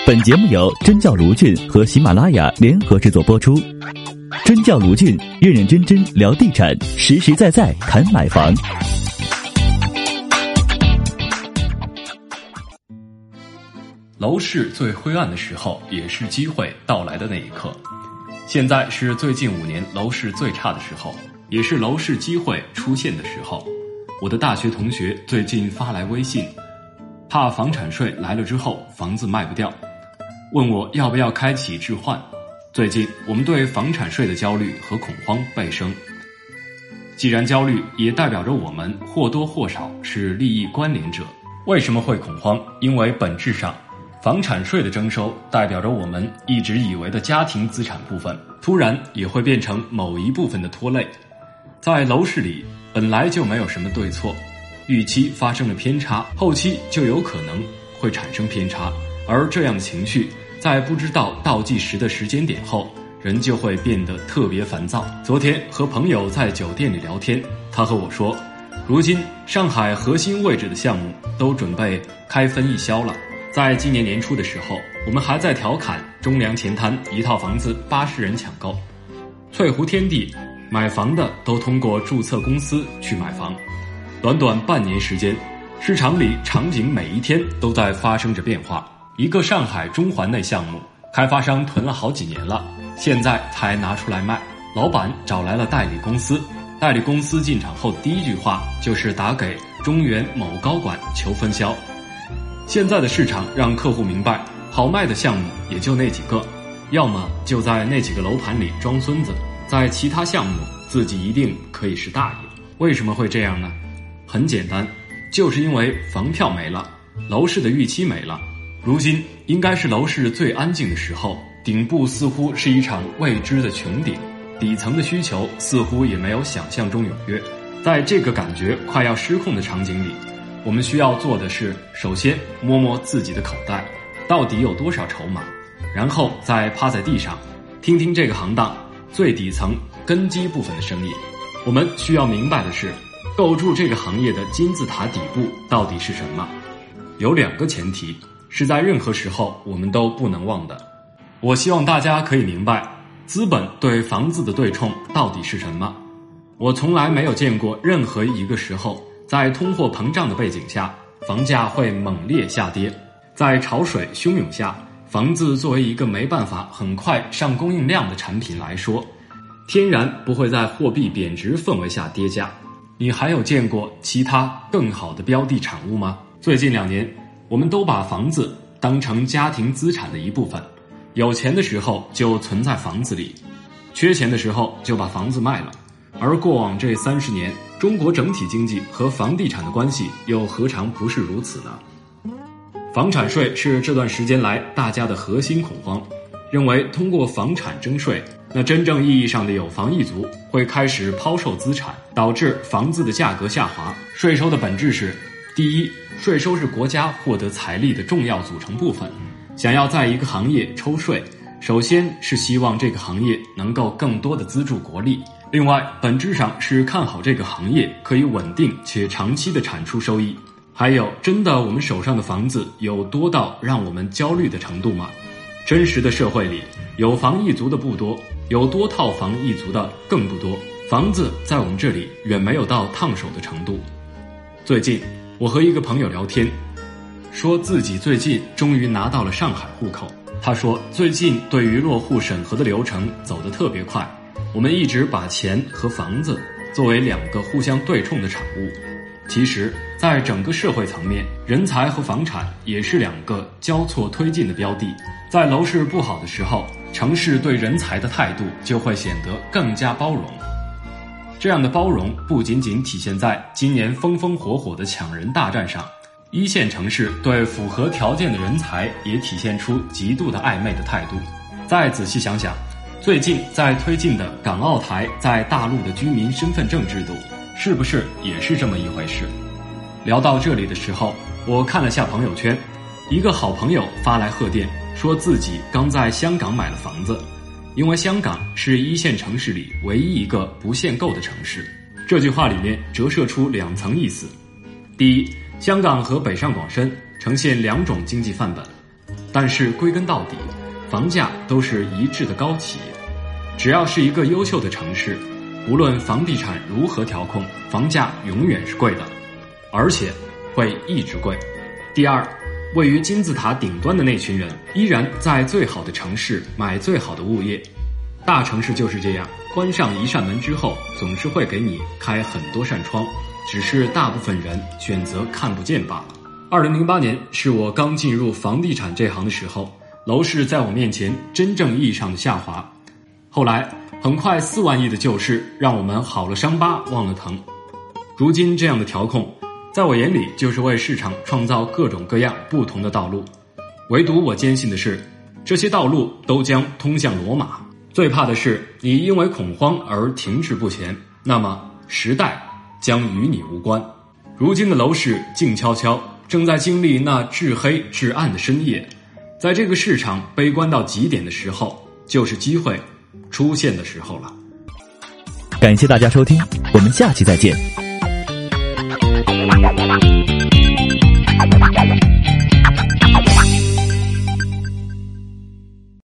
本节目由真教卢俊和喜马拉雅联合制作播出。真教卢俊，认认真真聊地产，实实在在谈买房。 楼市最灰暗的时候，也是机会到来的那一刻。现在是最近5年楼市最差的时候，也是楼市机会出现的时候。我的大学同学最近发来微信，怕房产税来了之后房子卖不掉，问我要不要开启置换。最近我们对房产税的焦虑和恐慌倍升，既然焦虑，也代表着我们或多或少是利益关联者。为什么会恐慌？因为本质上房产税的征收代表着我们一直以为的家庭资产部分，突然也会变成某一部分的拖累。在楼市里本来就没有什么对错，预期发生了偏差，后期就有可能会产生偏差，而这样的情绪在不知道倒计时的时间点后，人就会变得特别烦躁。昨天和朋友在酒店里聊天，他和我说，如今上海核心位置的项目都准备开分易销了。在今年年初的时候，我们还在调侃中粮前滩一套房子80人抢购，翠湖天地买房的都通过注册公司去买房。短短半年时间，市场里场景每一天都在发生着变化。一个上海中环内项目，开发商囤了好几年了，现在才拿出来卖。老板找来了代理公司，代理公司进场后第一句话就是打给中原某高管求分销。现在的市场让客户明白，好卖的项目也就那几个，要么就在那几个楼盘里装孙子，在其他项目自己一定可以是大爷。为什么会这样呢？很简单，就是因为房票没了，楼市的预期没了。如今应该是楼市最安静的时候，顶部似乎是一场未知的穹顶，底层的需求似乎也没有想象中踊跃。在这个感觉快要失控的场景里，我们需要做的是，首先摸摸自己的口袋，到底有多少筹码，然后再趴在地上，听听这个行当最底层根基部分的声音。我们需要明白的是，构筑这个行业的金字塔底部到底是什么？有2个前提，是在任何时候我们都不能忘的。我希望大家可以明白，资本对房子的对冲到底是什么。我从来没有见过任何一个时候，在通货膨胀的背景下，房价会猛烈下跌。在潮水汹涌下，房子作为一个没办法很快上供应量的产品来说，天然不会在货币贬值氛围下跌价。你还有见过其他更好的标的产物吗？最近2年，我们都把房子当成家庭资产的一部分，有钱的时候就存在房子里，缺钱的时候就把房子卖了。而过往这30年，中国整体经济和房地产的关系又何尝不是如此呢？房产税是这段时间来大家的核心恐慌，认为通过房产征税，那真正意义上的有房一族会开始抛售资产，导致房子的价格下滑。税收的本质是，第一，税收是国家获得财力的重要组成部分。想要在一个行业抽税，首先是希望这个行业能够更多的资助国力，另外本质上是看好这个行业可以稳定且长期的产出收益。还有，真的我们手上的房子有多到让我们焦虑的程度吗？真实的社会里，有房一族的不多，有多套房一族的更不多。房子在我们这里远没有到烫手的程度。最近我和一个朋友聊天，说自己最近终于拿到了上海户口。他说最近对于落户审核的流程走得特别快，我们一直把钱和房子作为2个互相对冲的产物。其实在整个社会层面，人才和房产也是2个交错推进的标的。在楼市不好的时候，城市对人才的态度就会显得更加包容。这样的包容不仅仅体现在今年风风火火的抢人大战上，一线城市对符合条件的人才也体现出极度的暧昧的态度。再仔细想想，最近在推进的港澳台在大陆的居民身份证制度，是不是也是这么一回事？聊到这里的时候，我看了下朋友圈，一个好朋友发来贺电，说自己刚在香港买了房子，因为香港是1线城市里唯一一个不限购的城市。这句话里面折射出2层意思。第一，香港和北上广深呈现2种经济范本， 但是归根到底，房价都是一致的高企。只要是一个优秀的城市，无论房地产如何调控，房价永远是贵的，而且会一直贵。第二，位于金字塔顶端的那群人依然在最好的城市买最好的物业。大城市就是这样，关上一扇门之后，总是会给你开很多扇窗，只是大部分人选择看不见罢了。2008年是我刚进入房地产这行的时候，楼市在我面前真正意义上的下滑。后来很快4万亿的救市让我们好了伤疤忘了疼。如今这样的调控，在我眼里就是为市场创造各种各样不同的道路。唯独我坚信的是，这些道路都将通向罗马。最怕的是你因为恐慌而停滞不前，那么时代将与你无关。如今的楼市静悄悄，正在经历那至黑至暗的深夜。在这个市场悲观到极点的时候，就是机会出现的时候了。 感谢大家收听，我们下期再见。